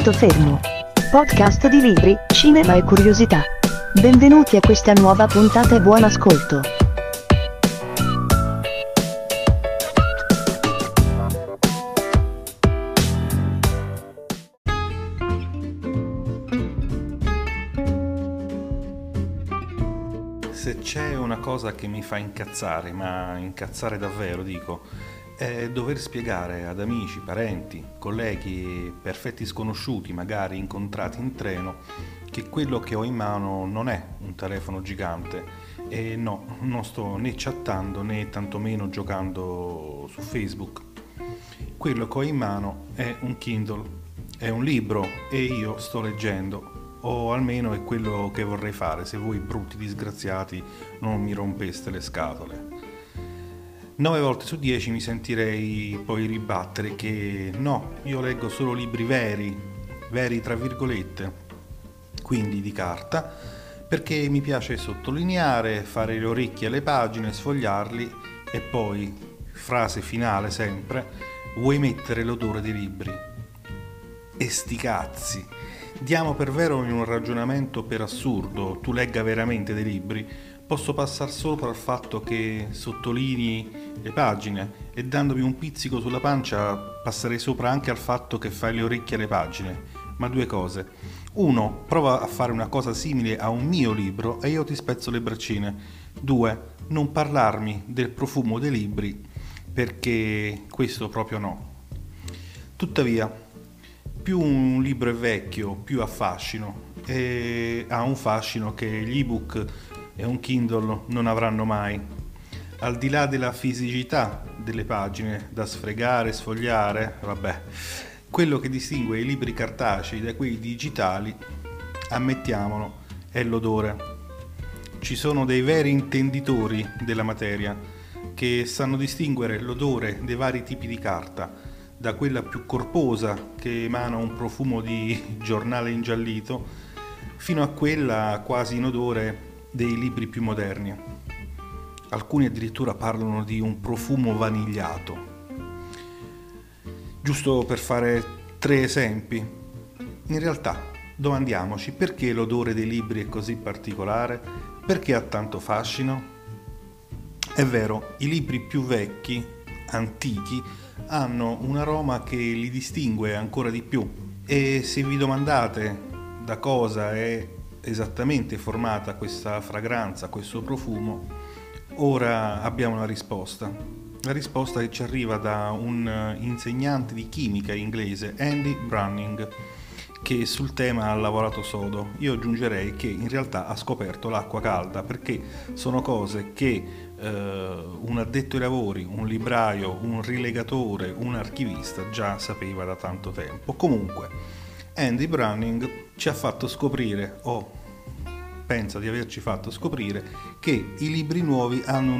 Punto fermo. Podcast di libri, cinema e curiosità. Benvenuti a questa nuova puntata e buon ascolto. Se c'è una cosa che mi fa incazzare, ma incazzare davvero, dico, è dover spiegare ad amici, parenti, colleghi e perfetti sconosciuti, magari incontrati in treno, che quello che ho in mano non è un telefono gigante e no, non sto né chattando né tantomeno giocando su Facebook. Quello che ho in mano è un Kindle, è un libro e io sto leggendo. O almeno è quello che vorrei fare se voi brutti disgraziati non mi rompeste le scatole. 9 volte su 10 mi sentirei poi ribattere che no, io leggo solo libri veri tra virgolette, quindi di carta, perché mi piace sottolineare, fare le orecchie alle pagine, sfogliarli e poi, frase finale sempre, vuoi mettere l'odore dei libri? E sti cazzi! Diamo per vero in un ragionamento per assurdo, tu legga veramente dei libri, posso passare sopra al fatto che sottolinei le pagine e dandomi un pizzico sulla pancia passerei sopra anche al fatto che fai le orecchie alle pagine. Ma due cose. Uno, prova a fare una cosa simile a un mio libro e io ti spezzo le braccine. Due, non parlarmi del profumo dei libri perché questo proprio no. Tuttavia, più un libro è vecchio, più ha fascino e ha un fascino che gli ebook e un Kindle non avranno mai. Al di là della fisicità delle pagine da sfregare, sfogliare, vabbè, quello che distingue i libri cartacei da quelli digitali, ammettiamolo, è l'odore. Ci sono dei veri intenditori della materia che sanno distinguere l'odore dei vari tipi di carta, da quella più corposa che emana un profumo di giornale ingiallito, fino a quella quasi inodore dei libri più moderni. Alcuni addirittura parlano di un profumo vanigliato. Giusto per fare 3 esempi, in realtà domandiamoci perché l'odore dei libri è così particolare, perché ha tanto fascino. È vero, i libri più vecchi, antichi, hanno un aroma che li distingue ancora di più e se vi domandate da cosa è esattamente formata questa fragranza, questo profumo, ora abbiamo la risposta. La risposta che ci arriva da un insegnante di chimica inglese, Andy Browning, che sul tema ha lavorato sodo. Io aggiungerei che in realtà ha scoperto l'acqua calda, perché sono cose che un addetto ai lavori, un libraio, un rilegatore, un archivista già sapeva da tanto tempo. Comunque, Andy Browning ci ha fatto scoprire, o pensa di averci fatto scoprire, che i libri nuovi hanno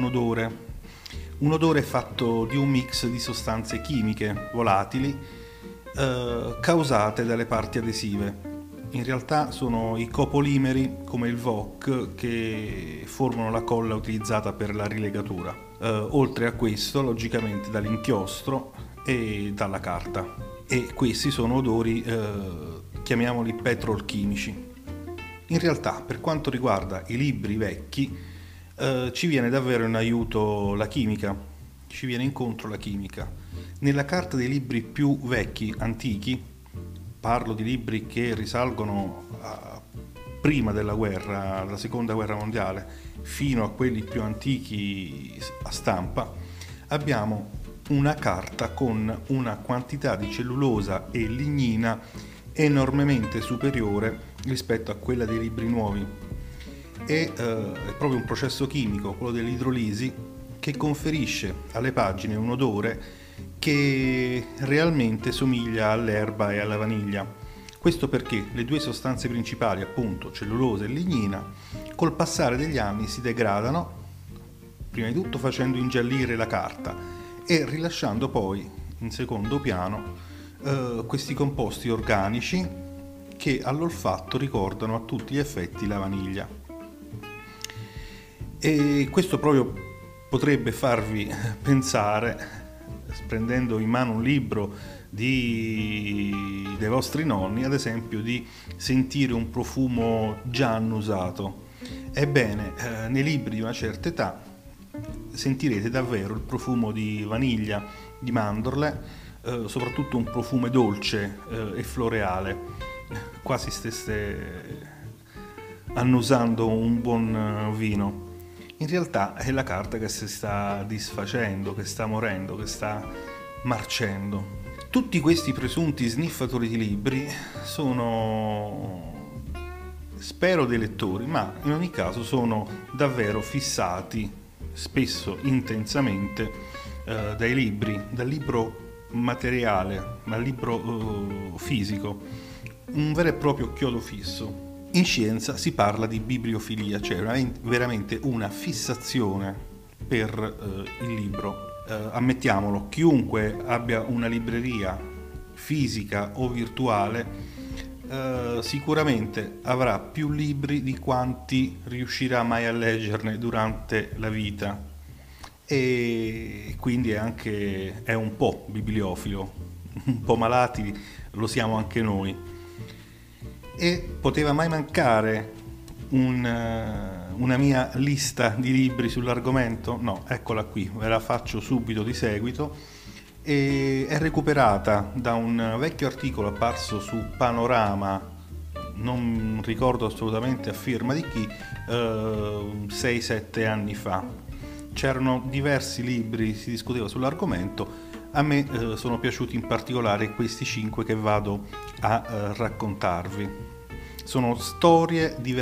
un odore fatto di un mix di sostanze chimiche volatili causate dalle parti adesive. In realtà sono i copolimeri come il VOC che formano la colla utilizzata per la rilegatura. Oltre a questo, logicamente, dall'inchiostro e dalla carta. E questi sono odori, chiamiamoli petrolchimici. In realtà, per quanto riguarda i libri vecchi, ci viene davvero in aiuto la chimica, ci viene incontro la chimica. Nella carta dei libri più vecchi, antichi, parlo di libri che risalgono a prima della guerra, la seconda guerra mondiale, fino a quelli più antichi a stampa, abbiamo una carta con una quantità di cellulosa e lignina enormemente superiore rispetto a quella dei libri nuovi. È proprio un processo chimico, quello dell'idrolisi, che conferisce alle pagine un odore che realmente somiglia all'erba e alla vaniglia. Questo perché le due sostanze principali, appunto cellulosa e lignina, col passare degli anni si degradano, prima di tutto facendo ingiallire la carta e rilasciando poi in secondo piano questi composti organici che all'olfatto ricordano a tutti gli effetti la vaniglia. E questo proprio potrebbe farvi pensare, prendendo in mano un libro dei vostri nonni, ad esempio di sentire un profumo già annusato. Ebbene, nei libri di una certa età sentirete davvero il profumo di vaniglia, di mandorle, soprattutto un profumo dolce e floreale, quasi stesse annusando un buon vino. In realtà è la carta che si sta disfacendo, che sta morendo, che sta marcendo. Tutti questi presunti sniffatori di libri sono, spero, dei lettori, ma in ogni caso sono davvero fissati, spesso intensamente, dai libri, dal libro materiale, dal libro fisico, un vero e proprio chiodo fisso. In scienza si parla di bibliofilia, cioè veramente una fissazione per il libro. Ammettiamolo, chiunque abbia una libreria fisica o virtuale sicuramente avrà più libri di quanti riuscirà mai a leggerne durante la vita, e quindi è un po' bibliofilo, un po' malati lo siamo anche noi. E poteva mai mancare una mia lista di libri sull'argomento? No, eccola qui, ve la faccio subito di seguito. E è recuperata da un vecchio articolo apparso su Panorama, non ricordo assolutamente a firma di chi, 6-7 anni fa. C'erano diversi libri, si discuteva sull'argomento. A me sono piaciuti in particolare questi 5 che vado a raccontarvi. Sono storie di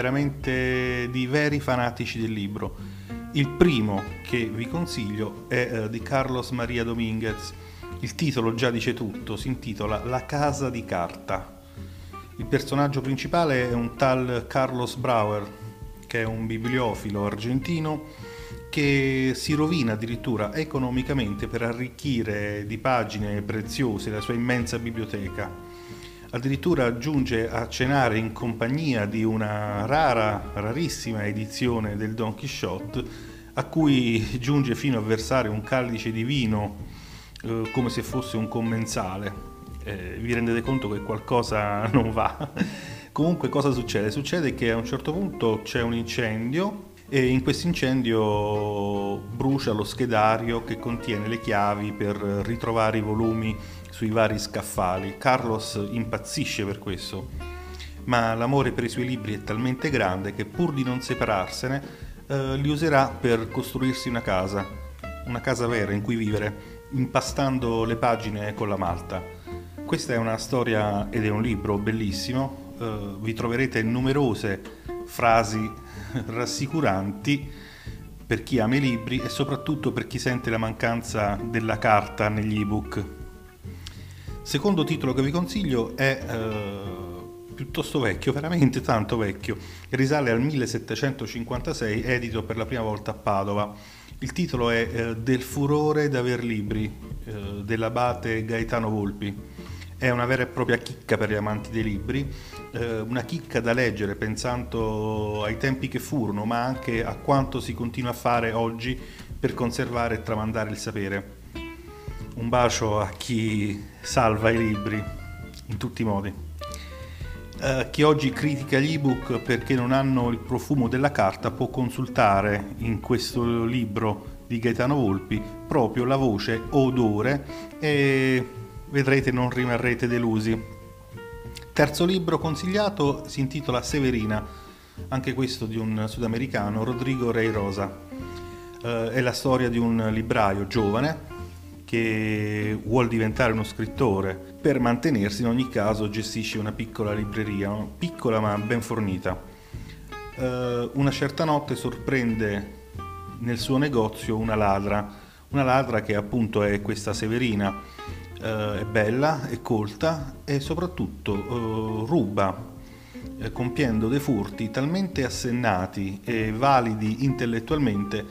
veri fanatici del libro. Il primo che vi consiglio è di Carlos María Domínguez. Il titolo già dice tutto, si intitola La casa di carta. Il personaggio principale è un tal Carlos Brauer, che è un bibliofilo argentino che si rovina addirittura economicamente per arricchire di pagine preziose la sua immensa biblioteca. Addirittura giunge a cenare in compagnia di una rarissima edizione del Don Quixote, a cui giunge fino a versare un calice di vino come se fosse un commensale. Vi rendete conto che qualcosa non va? Comunque cosa succede? Succede che a un certo punto c'è un incendio, e in questo incendio brucia lo schedario che contiene le chiavi per ritrovare i volumi sui vari scaffali. Carlos impazzisce per questo, ma l'amore per i suoi libri è talmente grande che, pur di non separarsene, li userà per costruirsi una casa vera in cui vivere, impastando le pagine con la malta. Questa è una storia ed è un libro bellissimo. Vi troverete numerose frasi rassicuranti per chi ama i libri e soprattutto per chi sente la mancanza della carta negli ebook. Secondo titolo che vi consiglio è piuttosto vecchio, veramente tanto vecchio, risale al 1756, edito per la prima volta a Padova. Il titolo è Del furore d'aver libri, dell'abate Gaetano Volpi. È una vera e propria chicca per gli amanti dei libri, una chicca da leggere pensando ai tempi che furono, ma anche a quanto si continua a fare oggi per conservare e tramandare il sapere. Un bacio a chi salva i libri in tutti i modi. Chi oggi critica gli ebook perché non hanno il profumo della carta può consultare in questo libro di Gaetano Volpi proprio la voce odore e vedrete, non rimarrete delusi. Terzo libro consigliato si intitola Severina, anche questo di un sudamericano, Rodrigo Rey Rosa. È la storia di un libraio giovane che vuol diventare uno scrittore. Per mantenersi, in ogni caso, gestisce una piccola libreria, piccola ma ben fornita. Una certa notte sorprende nel suo negozio una ladra che appunto è questa Severina. È bella, è colta e soprattutto ruba, compiendo dei furti talmente assennati e validi intellettualmente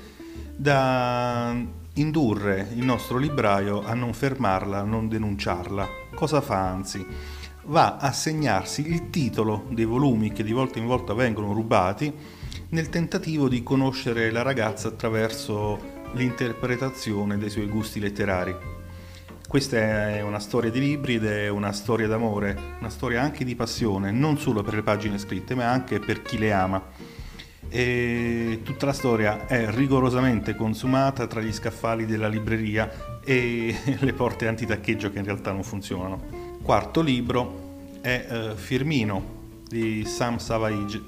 da indurre il nostro libraio a non fermarla, a non denunciarla. Cosa fa anzi? Va a segnarsi il titolo dei volumi che di volta in volta vengono rubati, nel tentativo di conoscere la ragazza attraverso l'interpretazione dei suoi gusti letterari. Questa è una storia di libri ed è una storia d'amore, una storia anche di passione, non solo per le pagine scritte, ma anche per chi le ama. E tutta la storia è rigorosamente consumata tra gli scaffali della libreria e le porte antitaccheggio che in realtà non funzionano. Quarto libro è Firmino di Sam Savage.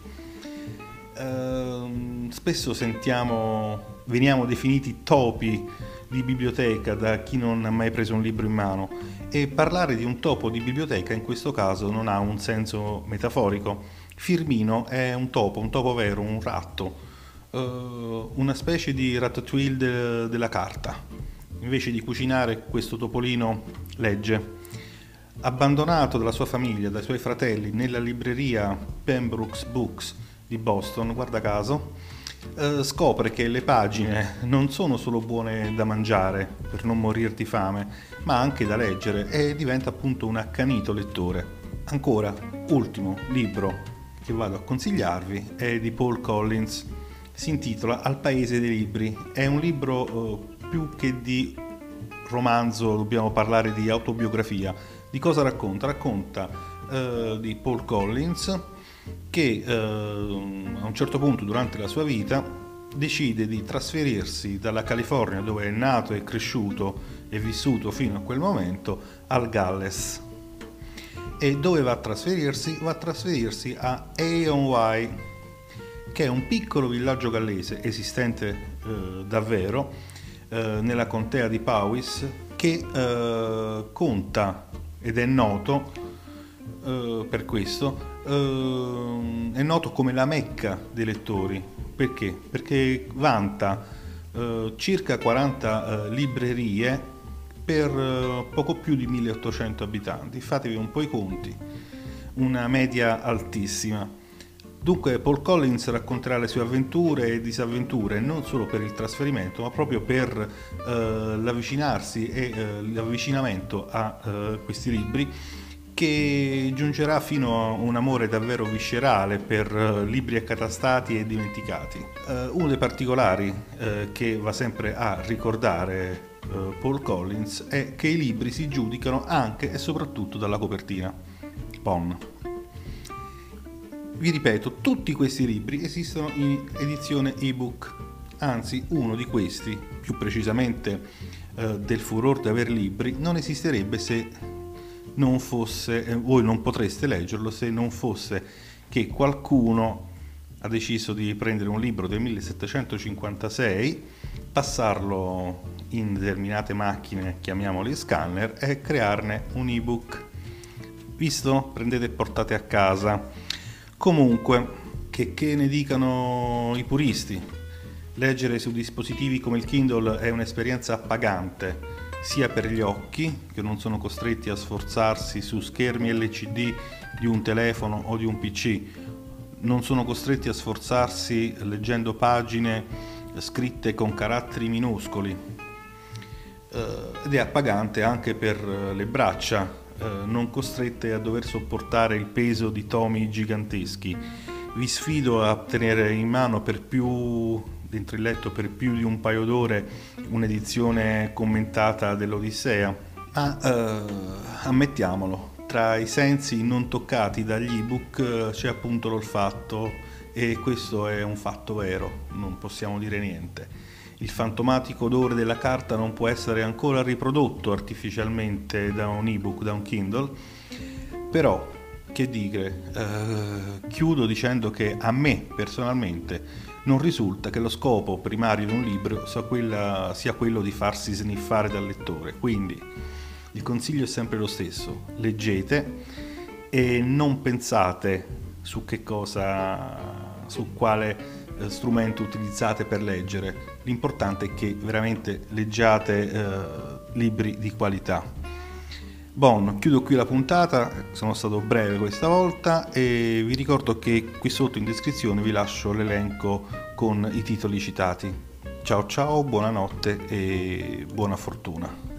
Spesso veniamo definiti topi di biblioteca da chi non ha mai preso un libro in mano, e parlare di un topo di biblioteca in questo caso non ha un senso metaforico. Firmino è un topo vero, un ratto, una specie di ratatouille della carta. Invece di cucinare, questo topolino legge. Abbandonato dalla sua famiglia, dai suoi fratelli, nella libreria Pembroke's Books di Boston, guarda caso, scopre che le pagine non sono solo buone da mangiare per non morir di fame, ma anche da leggere, e diventa appunto un accanito lettore. Ancora, ultimo libro che vado a consigliarvi è di Paul Collins, si intitola Al paese dei libri. È un libro più che di romanzo, dobbiamo parlare di autobiografia. Di cosa racconta? Racconta di Paul Collins che a un certo punto durante la sua vita decide di trasferirsi dalla California, dove è nato e cresciuto e vissuto fino a quel momento, al Galles. E dove va a trasferirsi? Va a trasferirsi a Hay-on-Wye, che è un piccolo villaggio gallese esistente davvero nella contea di Powys, che conta, ed è noto per questo, è noto come la Mecca dei lettori. Perché? Perché vanta circa 40 librerie per poco più di 1800 abitanti. Fatevi un po' i conti, una media altissima. Dunque Paul Collins racconterà le sue avventure e disavventure non solo per il trasferimento, ma proprio per l'avvicinarsi e l'avvicinamento a questi libri, che giungerà fino a un amore davvero viscerale per libri accatastati e dimenticati. Uno dei particolari che va sempre a ricordare Paul Collins è che i libri si giudicano anche e soprattutto dalla copertina. Bon. Vi ripeto, tutti questi libri esistono in edizione ebook, anzi uno di questi, più precisamente del furor di aver libri, non esisterebbe se non fosse, voi non potreste leggerlo se non fosse che qualcuno ha deciso di prendere un libro del 1756, passarlo in determinate macchine, chiamiamoli scanner, e crearne un ebook. Visto? Prendete e portate a casa. Comunque, che ne dicano i puristi, leggere su dispositivi come il Kindle è un'esperienza appagante, sia per gli occhi, che non sono costretti a sforzarsi su schermi LCD di un telefono o di un PC, non sono costretti a sforzarsi leggendo pagine scritte con caratteri minuscoli, ed è appagante anche per le braccia, non costrette a dover sopportare il peso di tomi giganteschi. Vi sfido a tenere in mano dentro il letto per più di un paio d'ore un'edizione commentata dell'Odissea, ma ammettiamolo, tra i sensi non toccati dagli ebook c'è appunto l'olfatto, e questo è un fatto vero, non possiamo dire niente. Il fantomatico odore della carta non può essere ancora riprodotto artificialmente da un ebook, da un Kindle, però che dire, chiudo dicendo che a me personalmente non risulta che lo scopo primario di un libro sia quello di farsi sniffare dal lettore. Quindi il consiglio è sempre lo stesso: leggete e non pensate su quale strumento utilizzate per leggere. L'importante è che veramente leggiate libri di qualità. Bon, chiudo qui la puntata, sono stato breve questa volta, e vi ricordo che qui sotto in descrizione vi lascio l'elenco con i titoli citati. Ciao ciao, buonanotte e buona fortuna.